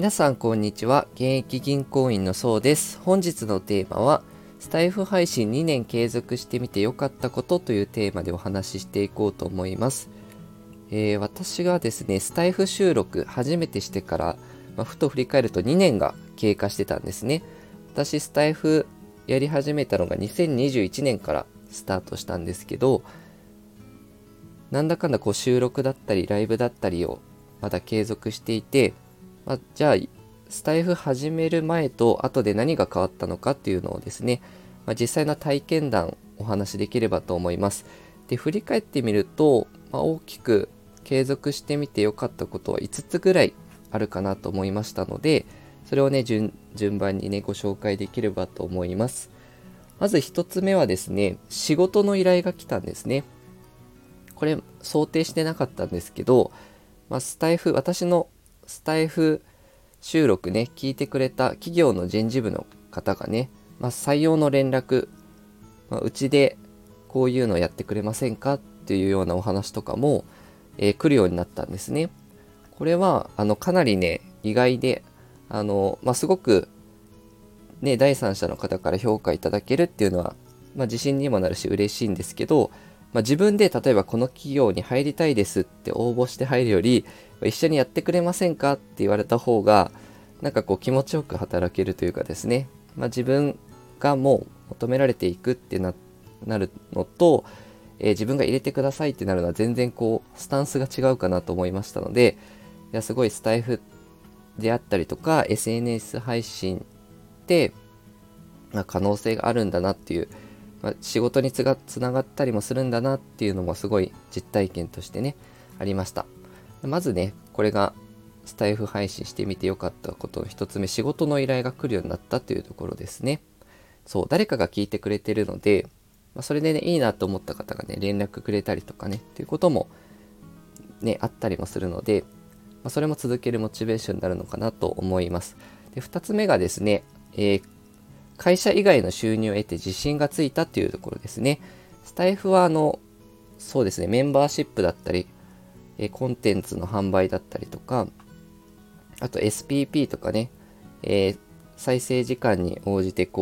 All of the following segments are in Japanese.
皆さんこんにちは。現役銀行員のそうです。本日のテーマはスタイフ配信2年継続してみて良かったことというテーマでお話ししていこうと思います。私がですね、スタイフ収録初めてしてから、ふと振り返ると2年が経過してたんですね。私スタイフやり始めたのが2021年からスタートしたんですけど、なんだかんだ収録だったりライブだったりをまだ継続していて、じゃあスタイフ始める前と後で何が変わったのかっていうのをですね、実際の体験談お話しできればと思います。で、振り返ってみると、大きく継続してみて良かったことは5つぐらいあるかなと思いましたので、それをね順番にねご紹介できればと思います。まず1つ目はですね、仕事の依頼が来たんですね。これ想定してなかったんですけど、私のスタイフ収録ね聞いてくれた企業の人事部の方がね、採用の連絡、うちでこういうのやってくれませんかっていうようなお話とかも、来るようになったんですね。これはかなりね意外で、すごくね第三者の方から評価いただけるっていうのは、自信にもなるし嬉しいんですけど、自分で例えばこの企業に入りたいですって応募して入るより、一緒にやってくれませんかって言われた方が気持ちよく働けるというかですね、自分がもう求められていくってなるのと、自分が入れてくださいってなるのは全然スタンスが違うかなと思いましたので、すごいスタイフであったりとか SNS 配信って可能性があるんだなっていう、仕事につながったりもするんだなっていうのもすごい実体験としてねありました。まずね、これがスタイフ配信してみてよかったことの一つ目、仕事の依頼が来るようになったというところですね。そう、誰かが聞いてくれてるので、それでねいいなと思った方がね連絡くれたりとかねっていうこともねあったりもするので、それも続けるモチベーションになるのかなと思います。で、2つ目がですね、会社以外の収入を得て自信がついたっていうところですね。スタイフはそうですね、メンバーシップだったり、コンテンツの販売だったりとか、あと SPP とかね、再生時間に応じて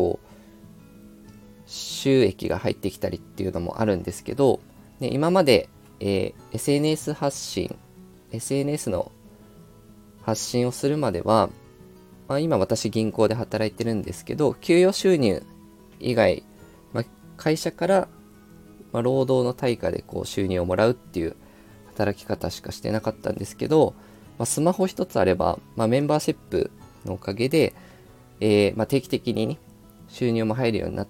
収益が入ってきたりっていうのもあるんですけど、今まで、SNS の発信をするまでは、今私銀行で働いてるんですけど、給与収入以外、会社から、労働の対価で収入をもらうっていう働き方しかしてなかったんですけど、スマホ一つあれば、メンバーシップのおかげで、定期的に収入も入るようになって、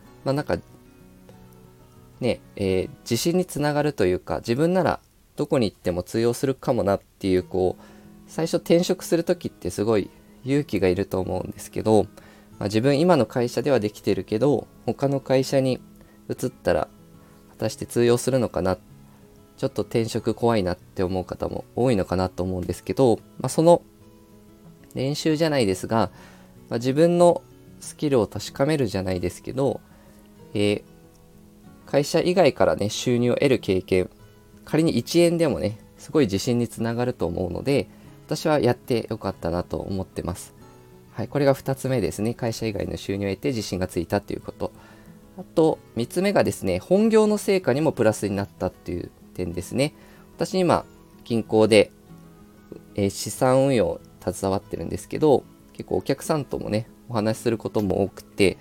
自信につながるというか、自分ならどこに行っても通用するかもなっていう、最初転職する時ってすごい勇気がいると思うんですけど、自分今の会社ではできてるけど他の会社に移ったら果たして通用するのかな、ちょっと転職怖いなって思う方も多いのかなと思うんですけど、その練習じゃないですが、自分のスキルを確かめるじゃないですけど、会社以外からね収入を得る経験、仮に1円でもねすごい自信につながると思うので、私はやってよかったなと思ってます。はい、これが2つ目ですね。会社以外の収入を得て自信がついたということ。あと3つ目がですね、本業の成果にもプラスになったっていう点ですね。私今銀行で、資産運用を携わってるんですけど、結構お客さんともねお話しすることも多くて、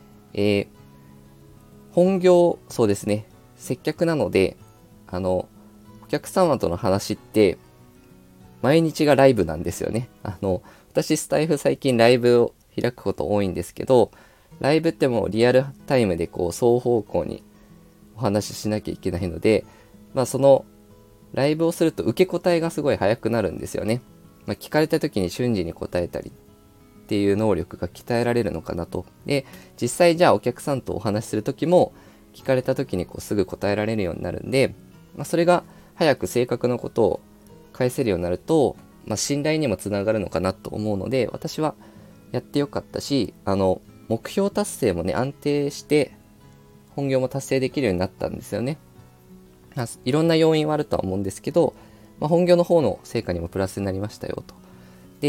本業そうですね、接客なので、お客様との話って毎日がライブなんですよね。私スタイフ最近ライブを開くこと多いんですけど、ライブってもうリアルタイムで双方向にお話ししなきゃいけないので、そのライブをすると受け答えがすごい早くなるんですよね。聞かれた時に瞬時に答えたりっていう能力が鍛えられるのかなと。で、実際じゃあお客さんとお話しする時も聞かれた時にすぐ答えられるようになるんで、それが早く正確なことを返せるようになると、信頼にもつながるのかなと思うので、私はやってよかったし、目標達成もね安定して本業も達成できるようになったんですよね。いろんな要因はあるとは思うんですけど、本業の方の成果にもプラスになりましたよと。で、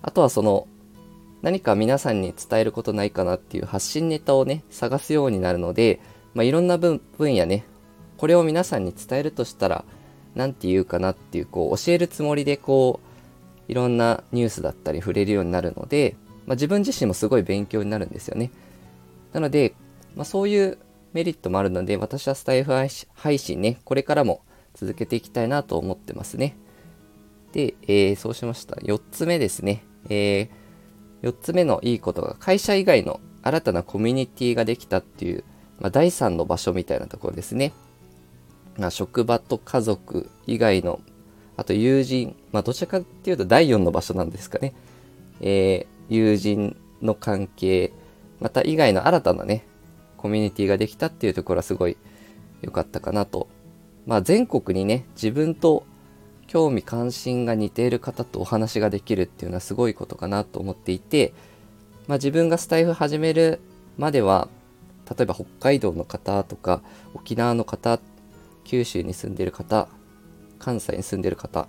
あとは何か皆さんに伝えることないかなっていう発信ネタをね、探すようになるので、いろんな分野ね、これを皆さんに伝えるとしたら、なんて言うかなっていう、教えるつもりでいろんなニュースだったり触れるようになるので、自分自身もすごい勉強になるんですよね。なので、そういうメリットもあるので、私はスタイフ配信ね、これからも続けていきたいなと思ってますね。で、そうしました。4つ目ですね。4つ目のいいことが、会社以外の新たなコミュニティができたっていう、第三の場所みたいなところですね。職場と家族以外の、あと友人、どちらかっていうと第4の場所なんですかね。友人の関係、また以外の新たなね、コミュニティができたっていうところはすごい良かったかなと。全国にね、自分と興味関心が似ている方とお話ができるっていうのはすごいことかなと思っていて、自分がスタイフ始めるまでは、例えば北海道の方とか沖縄の方、九州に住んでいる方、関西に住んでいる方、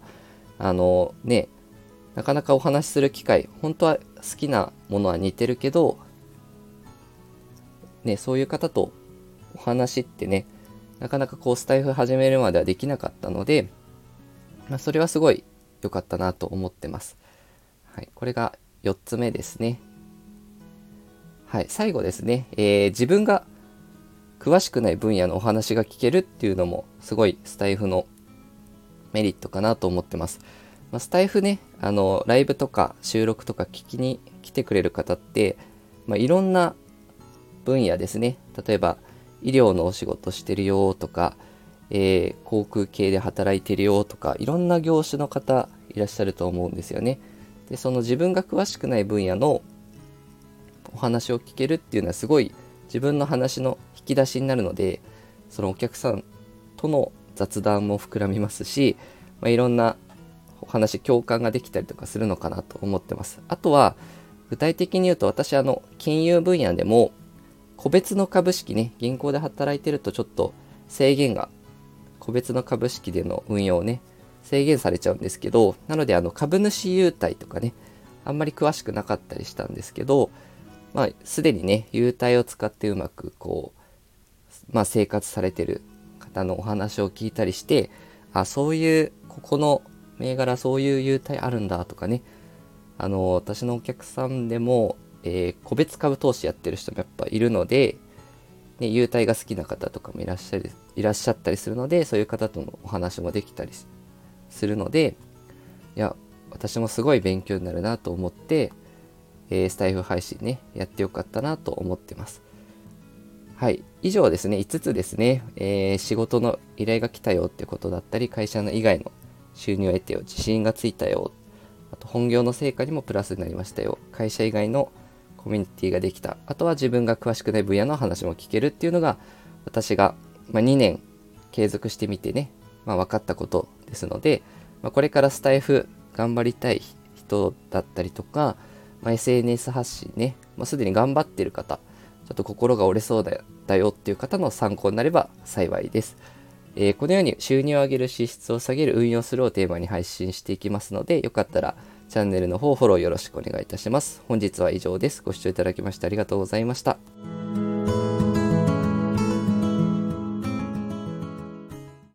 なかなかお話しする機会、本当は好きなものは似てるけど、そういう方とお話ってね、なかなかスタイフ始めるまではできなかったので、それはすごい良かったなと思ってます。はい、これが4つ目ですね。はい、最後ですね、自分が詳しくない分野のお話が聞けるっていうのもすごいスタイフのメリットかなと思ってます。スタイフね、ライブとか収録とか聞きに来てくれる方って、いろんな分野ですね。例えば医療のお仕事してるよとか、航空系で働いてるよとか、いろんな業種の方いらっしゃると思うんですよね。で、その自分が詳しくない分野のお話を聞けるっていうのはすごい自分の話の引き出しになるので、そのお客さんとの雑談も膨らみますし、いろんなお話、共感ができたりとかするのかなと思ってます。あとは具体的に言うと、私金融分野でも個別の株式ね、銀行で働いてるとちょっと制限が、個別の株式での運用をね、制限されちゃうんですけど、なので株主優待とかね、あんまり詳しくなかったりしたんですけど、すでにね、優待を使ってうまく生活されてる方のお話を聞いたりして、そういう、ここの銘柄そういう優待あるんだとかね、私のお客さんでも、個別株投資やってる人もやっぱいるので、優待が好きな方とかもいらっしゃったりするので、そういう方とのお話もできたりするので、いや、私もすごい勉強になるなと思って、スタイフ配信ね、やってよかったなと思ってます。はい。以上ですね、5つですね。仕事の依頼が来たよってことだったり、会社の以外の収入を得てよ、自信がついたよ、あと本業の成果にもプラスになりましたよ、会社以外のコミュニティができた、あとは自分が詳しくない分野の話も聞けるっていうのが、私が2年継続してみてね、分かったことですので、これからスタイフ頑張りたい人だったりとか、SNS 発信ね、すでに頑張ってる方、ちょっと心が折れそうだよっていう方の参考になれば幸いです。このように収入を上げる、支出を下げる、運用するをテーマに配信していきますので、よかったらチャンネルの方フォローよろしくお願いいたします。本日は以上です。ご視聴いただきましてありがとうございました。